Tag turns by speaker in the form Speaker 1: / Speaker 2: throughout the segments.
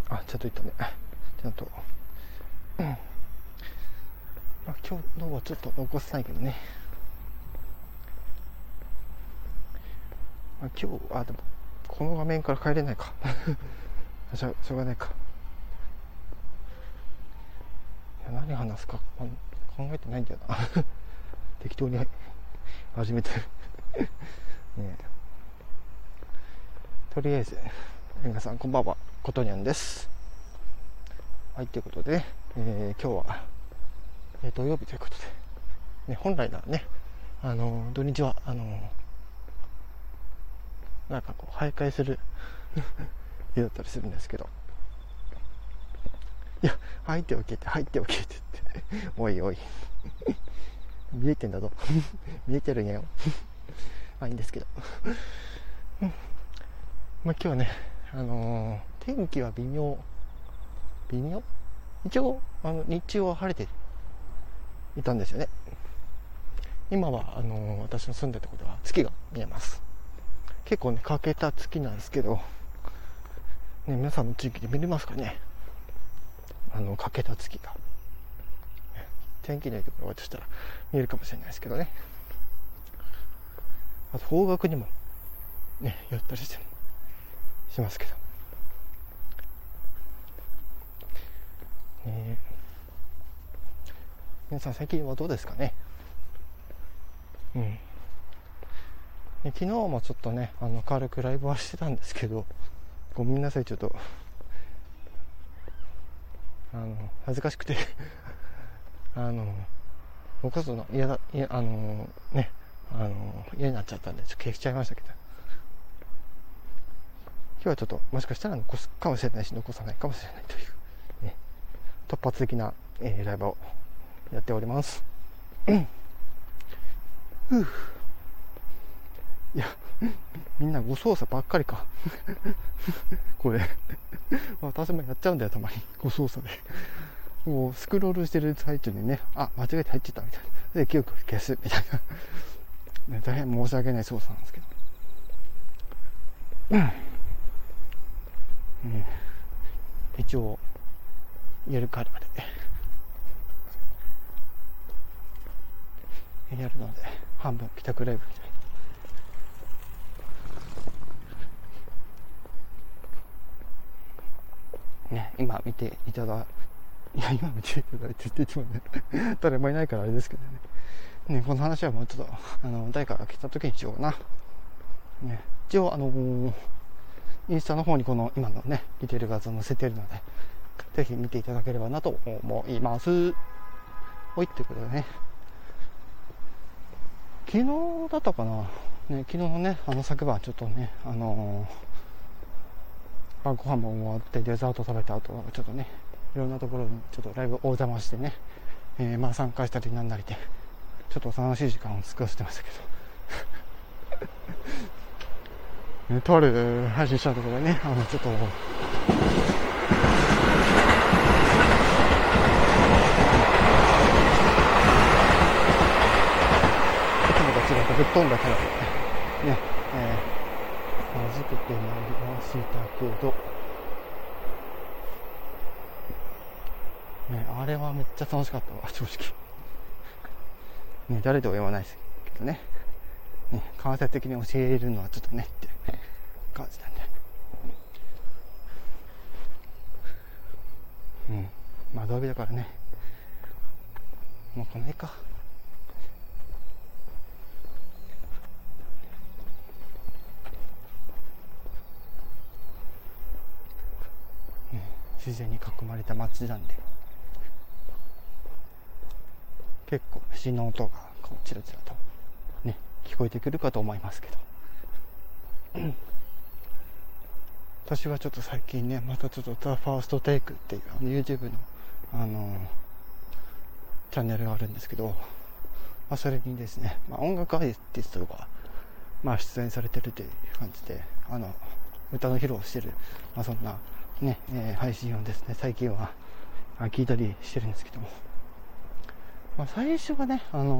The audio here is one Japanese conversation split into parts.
Speaker 1: ちゃんと言ったね。ちゃんと、今日はちょっと残せないけどね。今日でもこの画面から帰れないかしょうがないか。いや、何話すか考えてないんだよな適当に始めてるね。とりあえず皆さんこんばんは、ことにゃんです。はい、ということで、今日は、土曜日ということで、本来ならね、土日はなんかこう徘徊する日だったりするんですけど、いや、入っておけって言っておいおい見えてんだぞ見えてるんやよいいんですけど今日はね、天気は微妙一応日中は晴れていたんですよね。今は私の住んでるところでは月が見えます。結構ね欠けた月なんですけど、皆さんの地域で見れますかね。欠けた月が天気のいいところはしたら見えるかもしれないですけどね。あと方角にもね寄ったりしますけど、皆さん最近はどうですかね。昨日もちょっとね軽くライブはしてたんですけど、ごめんなさい、ちょっと恥ずかしくて僕はその嫌になっちゃったんでちょっと消しちゃいましたけど、今日はちょっともしかしたら残すかもしれないし残さないかもしれないという、突発的な、ライブをやっておりますいやみんな誤操作ばっかりかこれ私もやっちゃうんだよ、たまに誤操作で。もうスクロールしてる最中にね、間違えて入っちゃったみたいなで記憶消すみたいな大変申し訳ない操作なんですけど、一応やるからまでやるので、半分帰宅ライブみたいな今見ていただいてって言ってもね誰もいないからあれですけどね。この話はもうちょっと誰かが来た時にしようかな。一応インスタの方にこの今のね見てる画像載せてるので、ぜひ見ていただければなと思います。ということでね、昨日だったかな、昨日のね昨晩ちょっとね晩ご飯も終わってデザート食べた後、ちょっとねいろんなところにちょっとライブお邪魔してね、参加したりなんなりでちょっと楽しい時間を過ごしてましたけどとある配信したところでねちょっと違ったぶっ飛んだキャラでね、はじけてまいりましたけど、あれはめっちゃ楽しかったわ、正直。誰とは言わないですけどね。間接的に教えるのはちょっとねって感じなんで。土曜日だからね。もうこの辺か。自然に囲まれた街なんで、結構牛の音がこうチラチラとね聞こえてくるかと思いますけど私はちょっと最近ねまたちょっと The First Take っていうYouTube のチャンネルがあるんですけど、それにですね、音楽アーティストが出演されてるという感じで歌の披露をしてる、そんなね、配信をですね最近は聞いたりしてるんですけども、最初はね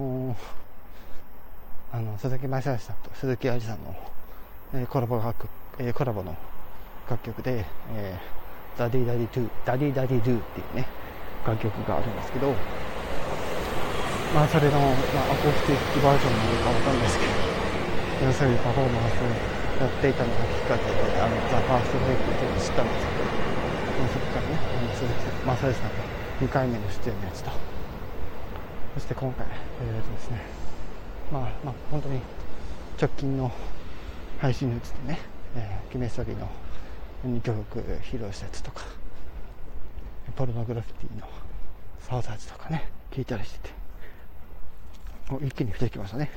Speaker 1: 鈴木雅之さんと鈴木愛理さんの、コラボの楽曲で、 ダディダディドゥっていうね楽曲があるんですけど、まあそれの、アコースティックバージョンなのかわかんないですけど、そういうパフォーマンスをやっていたのがきっかけでザ・ファーストテイクっていうのを知ったんですけど、そこからね鈴木雅之さんが2回目の出演のやつと、そして今回ですね、本当に直近の配信のうちでね、キメストリーの2曲披露したやつとか、ポルノグラフィティのサウザーズとかね聞いたりしてて、一気に降ってきましたね。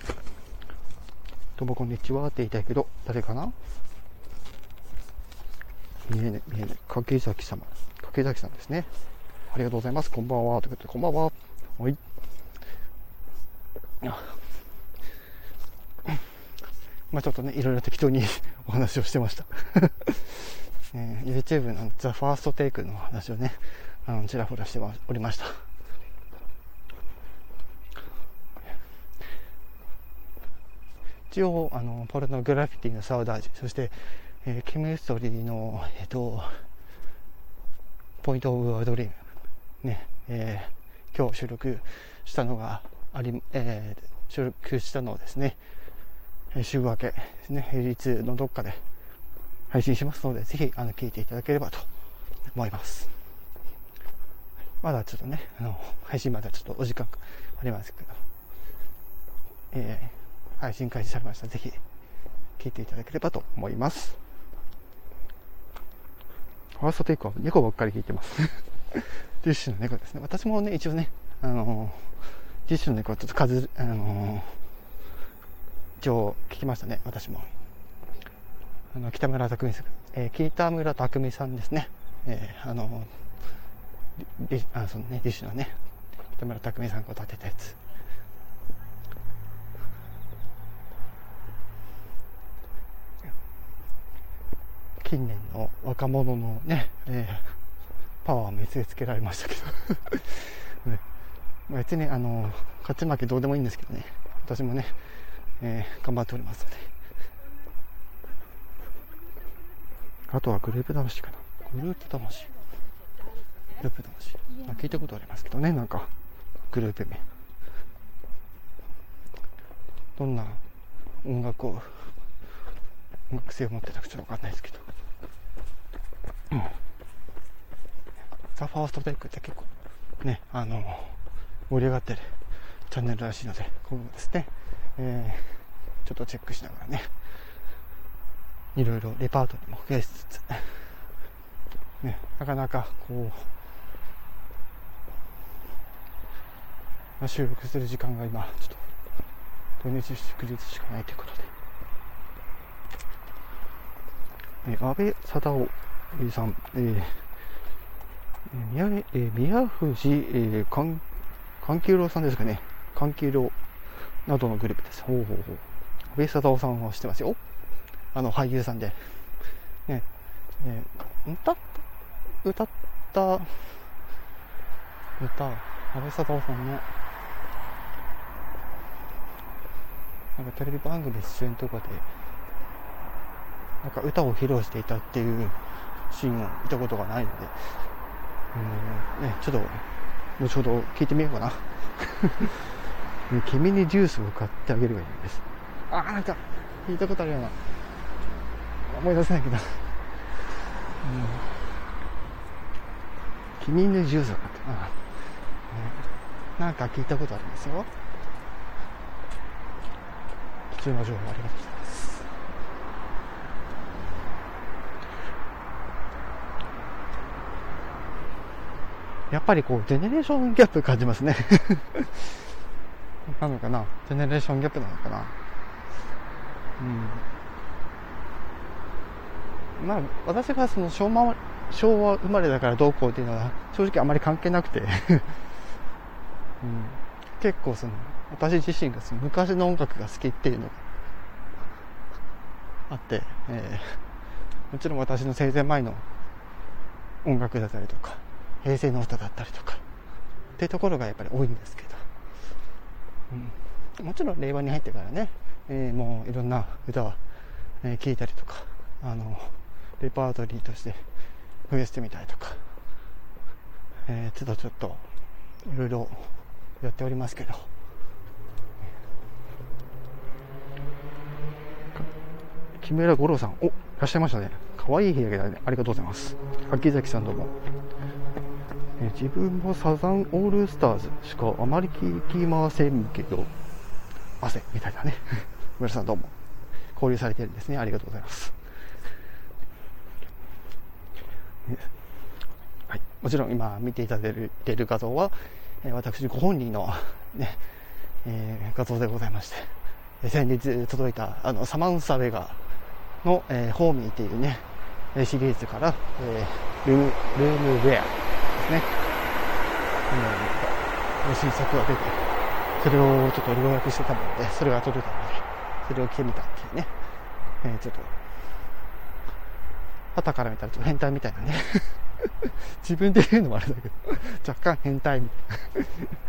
Speaker 1: どうもこんにちはって言いたいけど、誰かな。見えね柿崎さんですね。ありがとうございます。こんばんはということで、こんばんは。はい。ちょっとねいろいろ適当にお話をしてました。YouTube のザ・ファーストテイクの話をねちらほらしておりました。一応ポルノグラフィティのサウダージ、そして、キムストリーのポイントオブアドリームね、今日収録したのが収録したのをですね、週明けですね、平日のどっかで配信しますので、ぜひ聞いていただければと思います。まだちょっとね配信までちょっとお時間ありますけど、配信開始されました。ぜひ聞いていただければと思います。ファーストテイクは猫ばっかり聞いてますディッシュの猫ですね。私もね一応ねディッシュの猫はちょっと一応聞きましたね。私も北村匠海さん、ですね。ディッシュのね北村匠海さんが歌ってたやつ、近年の若者のね、パワーを見せつけられましたけどね、別に勝ち負けどうでもいいんですけどね、私もね、頑張っておりますので。あとはグループ魂かな。グループ魂聞いたことありますけどね、なんかグループ名、どんな音楽性を持ってたかちょっと分かんないですけど、ザ・ファーストテイクって結構ね盛り上がってるチャンネルらしいので、今後ですね、ちょっとチェックしながらね、いろいろレパートリーも増やしつつね、なかなかこう収録する時間が今ちょっと土日祝日しかないということで、安倍貞夫さん、宮藤勘九郎さんですかね。勘九郎などのグループです。安倍貞夫さんは知ってますよ。俳優さんで、ね、歌った安倍貞夫さんね、なんかテレビ番組出演とかでなんか歌を披露していたっていうシーンを見たことがないので、ちょっと後ほど聞いてみようかな君にジュースを買ってあげればいいんです。なんか聞いたことあるような、思い出せないけど、君にジュースを買って、なんか聞いたことありますよ。貴重な情報ありがとうございます。やっぱりこうジェネレーションギャップ感じますねなのかな、ジェネレーションギャップなのかな。私がその昭和生まれだからどうこうっていうのは正直あまり関係なくて結構私自身が昔の音楽が好きっていうのがあって、もちろん私の生前前の音楽だったりとか平成の歌だったりとかっていうところがやっぱり多いんですけど、もちろん令和に入ってからね、もういろんな歌は聴いたりとかレパートリーとして増やしてみたりとか、ちょっといろいろやっておりますけど、木村五郎さん、いらっしゃいましたね。可愛い日焼けだね。ありがとうございます。秋崎さんどうも。自分もサザンオールスターズしかあまり聞きませんけど、汗みたいなね。木村さんどうも。交流されてるんですね。ありがとうございます。はい、もちろん今見ていただいている画像は、私ご本人の、ね画像でございまして、先日届いたサマンサ・ベガの、ホーミーっていうねシリーズから、ルームウェアですね、新作が出て、それをちょっと予約してたもので、それが届いたので、それを着てみたっていうね、ちょっと旗から見たらちょっと変態みたいなね自分で言うのもあれだけど若干変態みたい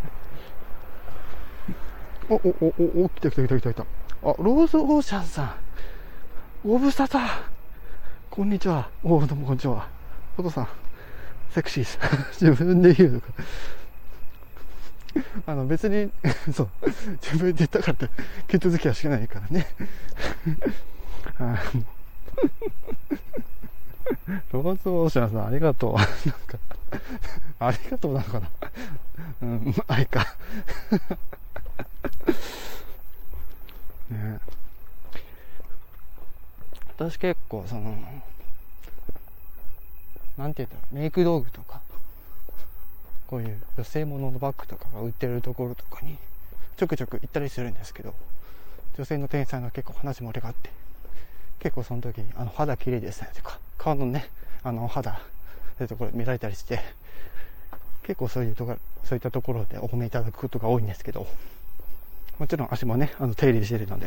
Speaker 1: な来た。ローズオーシャンさん、ご無沙汰、こんにちは。どうもこんにちは。お父さんセクシーです自分で言うのか別にそう自分で言ったからって手続きはしないからねローズオーシャンさんありがとうなんかありがとうなのかなあれかね、私結構なんて言ったらメイク道具とかこういう女性物のバッグとかが売ってるところとかにちょくちょく行ったりするんですけど、女性の店員さんが結構話盛り上がって、結構その時に肌綺麗ですねとか、顔のね肌というところ見られたりして、結構そういったところでお褒めいただくことが多いんですけど、もちろん足もね手入れしているので、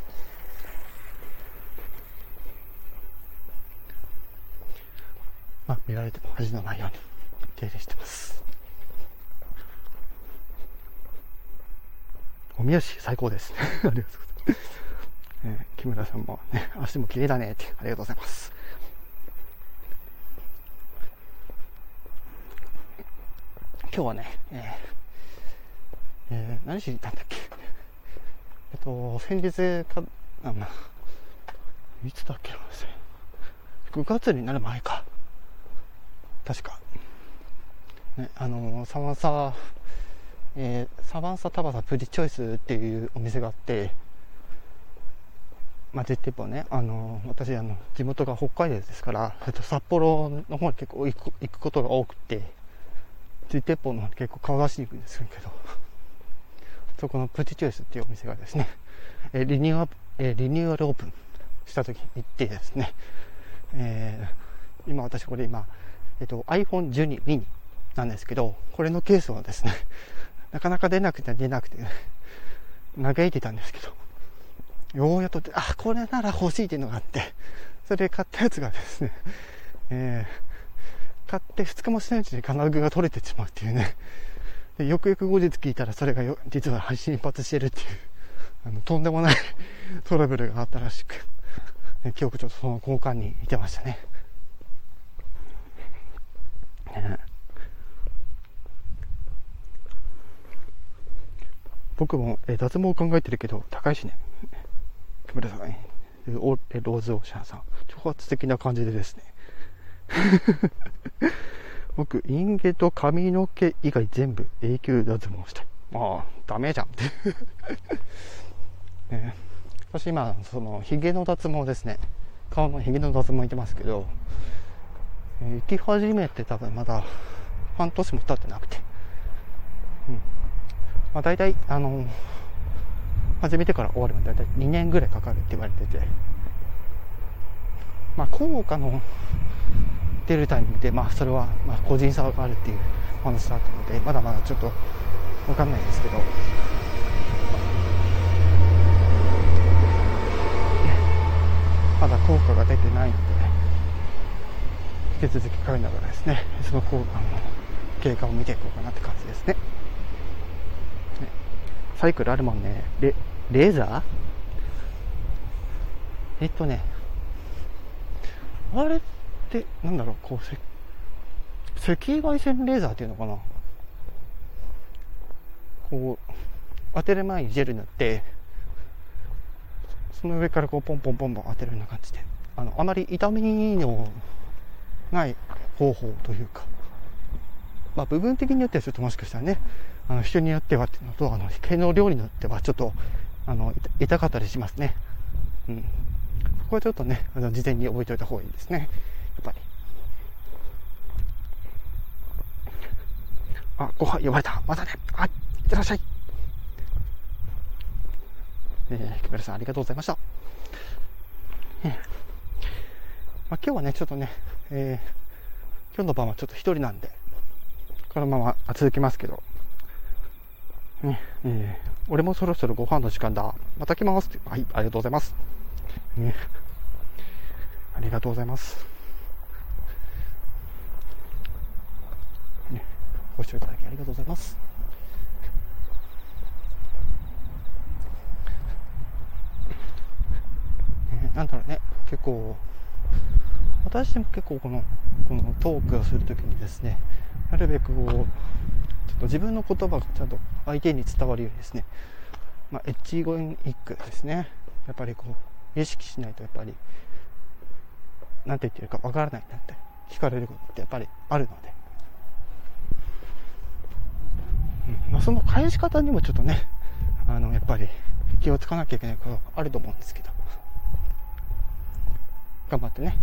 Speaker 1: 見られても恥のないように手入れしてます。おみ足最高ですありがとうございます、木村さんもね足も綺麗だねってありがとうございます。今日はね、何しに行ったんだっけ。先日かいつだっけな、9月になる前か確かね、サバンサタバサプリチョイスっていうお店があって、実店舗ね、私地元が北海道ですから、札幌の方に結構行くことが多くて、実店舗の方に結構顔出しに行くんですけど、そこのプリチョイスっていうお店がですね、リニューアルオープンした時に行ってですね、私これiPhone 12 mini なんですけど、これのケースをですねなかなか出なくて嘆いてたんですけど、ようやっとこれなら欲しいっていうのがあって、それで買ったやつがですね、買って2日もしないうちに金具が取れてしまうっていうね。でよくよく後日聞いたら、それが実は頻発してるっていうとんでもないトラブルがあったらしく、今日ちょっとその交換にいてましたね。僕も脱毛考えてるけど高いしね。木村さん、ローズオーシャンさん、超圧的な感じでですね僕陰毛と髪の毛以外全部永久脱毛したい。ダメじゃんって私今ヒゲの脱毛ですね、顔のヒゲの脱毛行ってますけど、行き始めて多分まだ半年も経ってなくて、だいたい始めてから終わるまでだいたい2年ぐらいかかるって言われてて、効果の出るタイミングでそれは個人差があるっていう話だったので、まだまだちょっと分かんないですけど、まだ効果が出てないので、引き続き買いながらですね、その効果の経過を見ていこうかなって感じですね。サイクルあるもんね。レーザーあれってなんだろう、 赤外線レーザーっていうのかな、こう当てる前にジェル塗って、その上からこうポンポンポンポン当てるような感じで、あまり痛みのない方法というか、部分的によってはちょっともしかしたらね、人によってはっていうのと、毛の量によってはちょっと痛かったりしますね。ここはちょっとね、事前に覚えておいた方がいいですね、やっぱり。ご飯呼ばれた。またね。いってらっしゃい。木村さんありがとうございました。今日はね、ちょっとね、今日の晩はちょっと一人なんで、このまま続きますけど、俺もそろそろご飯の時間だ。また来ます。はい、ありがとうございます。ありがとうございます。ご視聴いただきありがとうございます。なんだろうね、結構私も結構このトークをするときにですね、なるべくちょっと自分の言葉がちゃんと相手に伝わるようにですね、エッジゴイン一句ですね、やっぱり意識しないと、やっぱりなんて言ってるかわからないなって聞かれることってやっぱりあるので、その返し方にもちょっとね、やっぱり気をつかなきゃいけないことあると思うんですけど、頑張ってね、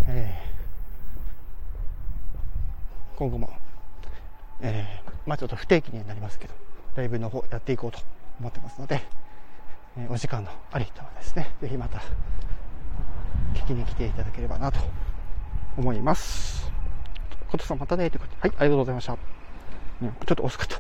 Speaker 1: 今後も、ちょっと不定期になりますけど、ライブの方やっていこうと思ってますので、お時間のあり人はですね、ぜひまた聞きに来ていただければなと思います。ことさんまたねということで、はい、ありがとうございました。ちょっと遅かった。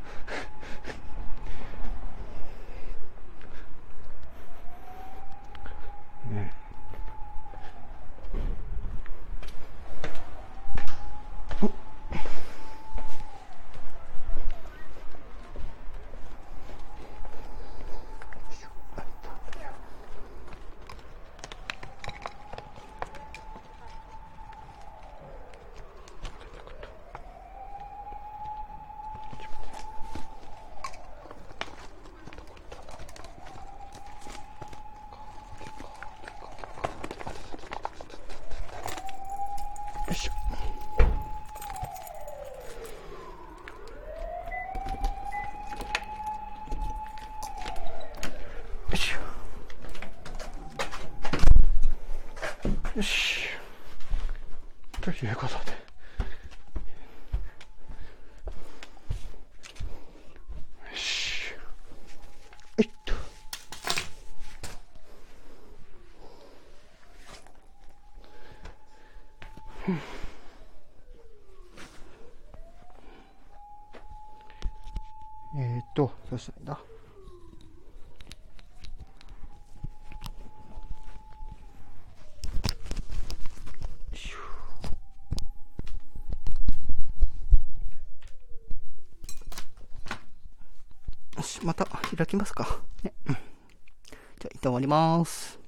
Speaker 1: よいしょ。よいしょ。よし。ということで。よし。えっと。どうしたらいいんだ。よし、また開きますか。ね。じゃあ、一旦終わります。